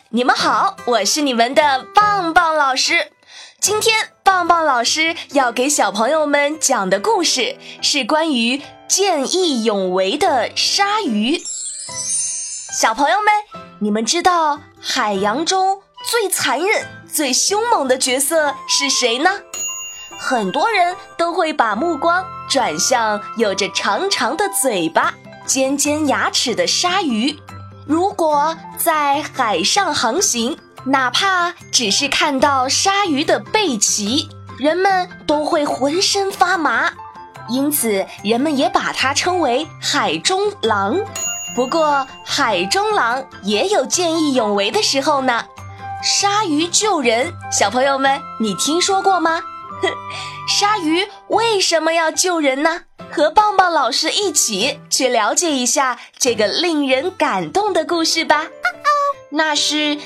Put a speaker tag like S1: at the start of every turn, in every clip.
S1: 你们好，我是你们的棒棒老师。今天棒棒老师要给小朋友们讲的故事是关于见义勇为的鲨鱼。小朋友们，你们知道海洋中最残忍、最凶猛的角色是谁呢？很多人都会把目光转向有着长长的嘴巴、尖尖牙齿的鲨鱼。如果在海上航行，哪怕只是看到鲨鱼的背鳍，人们都会浑身发麻，因此人们也把它称为海中狼。不过海中狼也有见义勇为的时候呢。鲨鱼救人，小朋友们，你听说过吗？鲨鱼为什么要救人呢？和棒棒老师一起去了解一下这个令人感动的故事吧。那是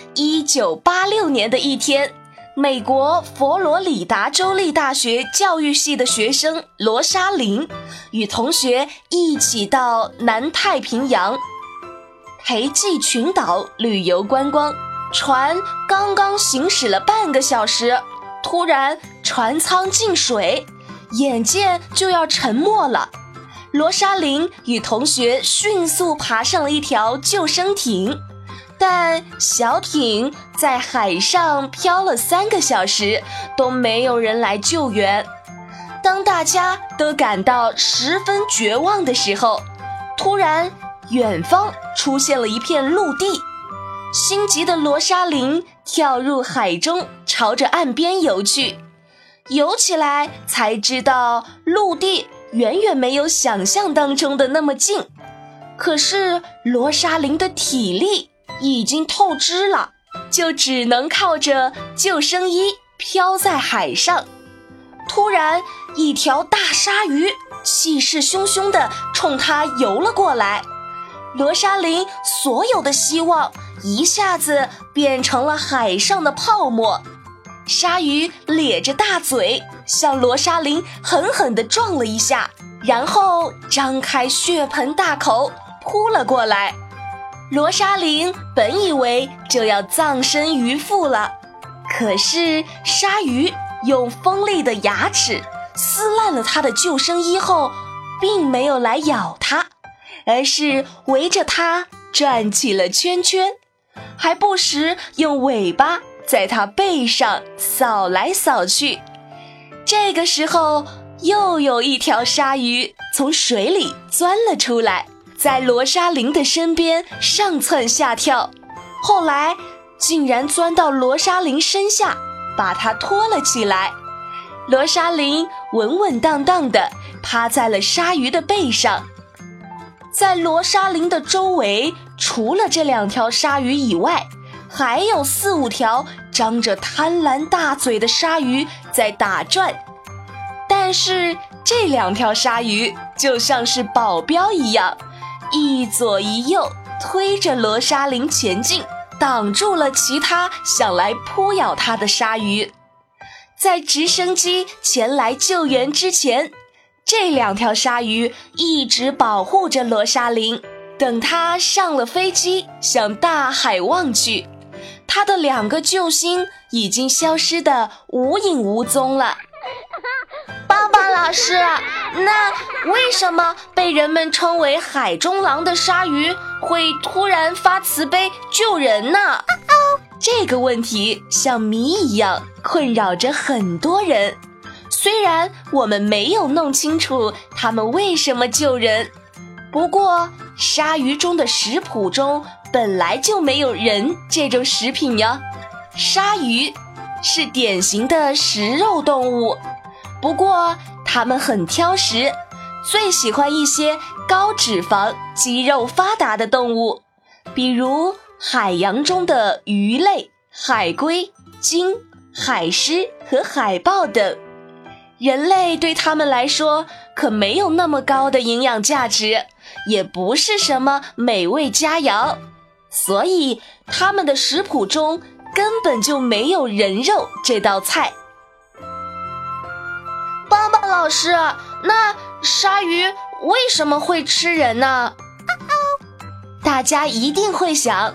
S1: 1986年的一天，美国佛罗里达州立大学教育系的学生罗莎琳与同学一起到南太平洋培济群岛旅游观光。船刚刚行驶了半个小时，突然船舱进水，眼见就要沉没了。罗莎琳与同学迅速爬上了一条救生艇，但小艇在海上漂了3个小时，都没有人来救援。当大家都感到十分绝望的时候，突然远方出现了一片陆地。心急的罗莎琳跳入海中，朝着岸边游去。游起来才知道，陆地远远没有想象当中的那么近。可是罗莎琳的体力已经透支了，就只能靠着救生衣飘在海上。突然，一条大鲨鱼气势汹汹地冲她游了过来。罗莎琳所有的希望一下子变成了海上的泡沫。鲨鱼咧着大嘴向罗莎琳狠狠地撞了一下，然后张开血盆大口扑了过来。罗莎琳本以为就要葬身鱼腹了，可是鲨鱼用锋利的牙齿撕烂了她的救生衣后，并没有来咬她，而是围着它转起了圈圈，还不时用尾巴在它背上扫来扫去。这个时候，又有一条鲨鱼从水里钻了出来，在罗莎琳的身边上蹿下跳，后来竟然钻到罗莎琳身下，把她拖了起来。罗莎琳稳稳当当地趴在了鲨鱼的背上。在罗莎琳的周围，除了这2条鲨鱼以外，还有4、5条张着贪婪大嘴的鲨鱼在打转。但是这2条鲨鱼就像是保镖一样，一左一右推着罗莎琳前进，挡住了其他想来扑咬她的鲨鱼。在直升机前来救援之前，这2条鲨鱼一直保护着罗莎琳。等她上了飞机，向大海望去，她的2个救星已经消失得无影无踪了。棒棒老师，那为什么被人们称为海中狼的鲨鱼会突然发慈悲救人呢？这个问题像谜一样困扰着很多人。虽然我们没有弄清楚他们为什么救人，不过鲨鱼中的食谱中本来就没有人这种食品呀。鲨鱼是典型的食肉动物，不过它们很挑食，最喜欢一些高脂肪、肌肉发达的动物，比如海洋中的鱼类、海龟、鲸、海狮和海豹等。人类对他们来说可没有那么高的营养价值，也不是什么美味佳肴，所以他们的食谱中根本就没有人肉这道菜。棒棒老师，那鲨鱼为什么会吃人呢？大家一定会想，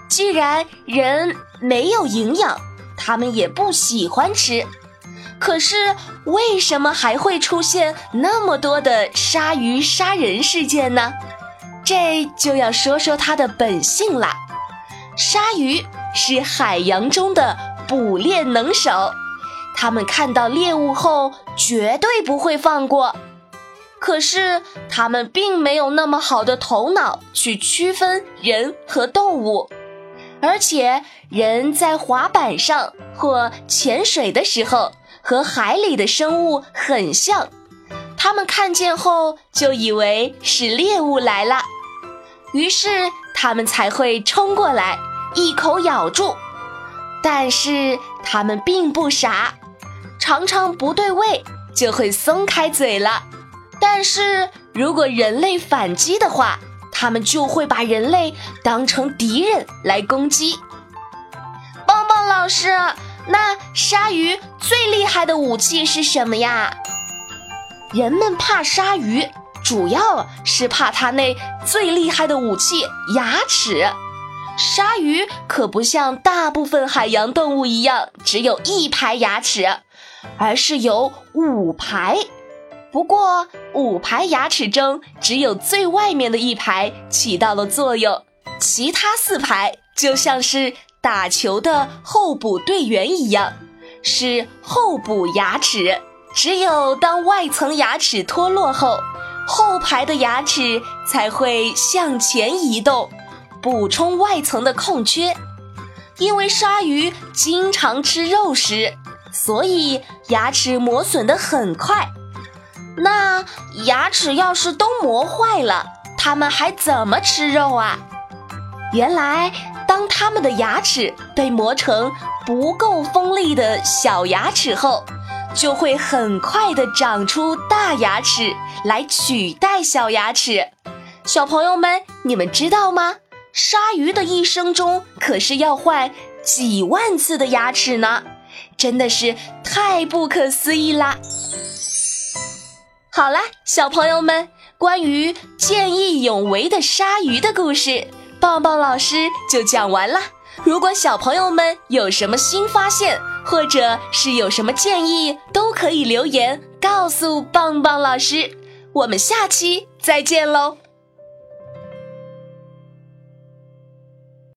S1: 既然人没有营养，它们也不喜欢吃。可是为什么还会出现那么多的鲨鱼杀人事件呢？这就要说说它的本性啦。鲨鱼是海洋中的捕猎能手，它们看到猎物后绝对不会放过。可是它们并没有那么好的头脑去区分人和动物，而且人在滑板上或潜水的时候和海里的生物很像，它们看见后就以为是猎物来了，于是它们才会冲过来一口咬住。但是它们并不傻，常常不对位就会松开嘴了。但是如果人类反击的话，它们就会把人类当成敌人来攻击。棒棒老师，那鲨鱼最厉害的武器是什么呀？人们怕鲨鱼，主要是怕它那最厉害的武器——牙齿。鲨鱼可不像大部分海洋动物一样只有1排牙齿，而是有5排。不过5排牙齿中只有最外面的1排起到了作用，其他4排就像是打球的候补队员一样，是候补牙齿。只有当外层牙齿脱落后，后排的牙齿才会向前移动，补充外层的空缺。因为鲨鱼经常吃肉食，所以牙齿磨损得很快。那牙齿要是都磨坏了，它们还怎么吃肉啊？原来当它们的牙齿被磨成不够锋利的小牙齿后，就会很快地长出大牙齿来取代小牙齿。小朋友们，你们知道吗？鲨鱼的一生中可是要换几万次的牙齿呢，真的是太不可思议啦！好啦，小朋友们，关于见义勇为的鲨鱼的故事，棒棒老师就讲完啦。如果小朋友们有什么新发现，或者是有什么建议，都可以留言告诉棒棒老师。我们下期再见喽！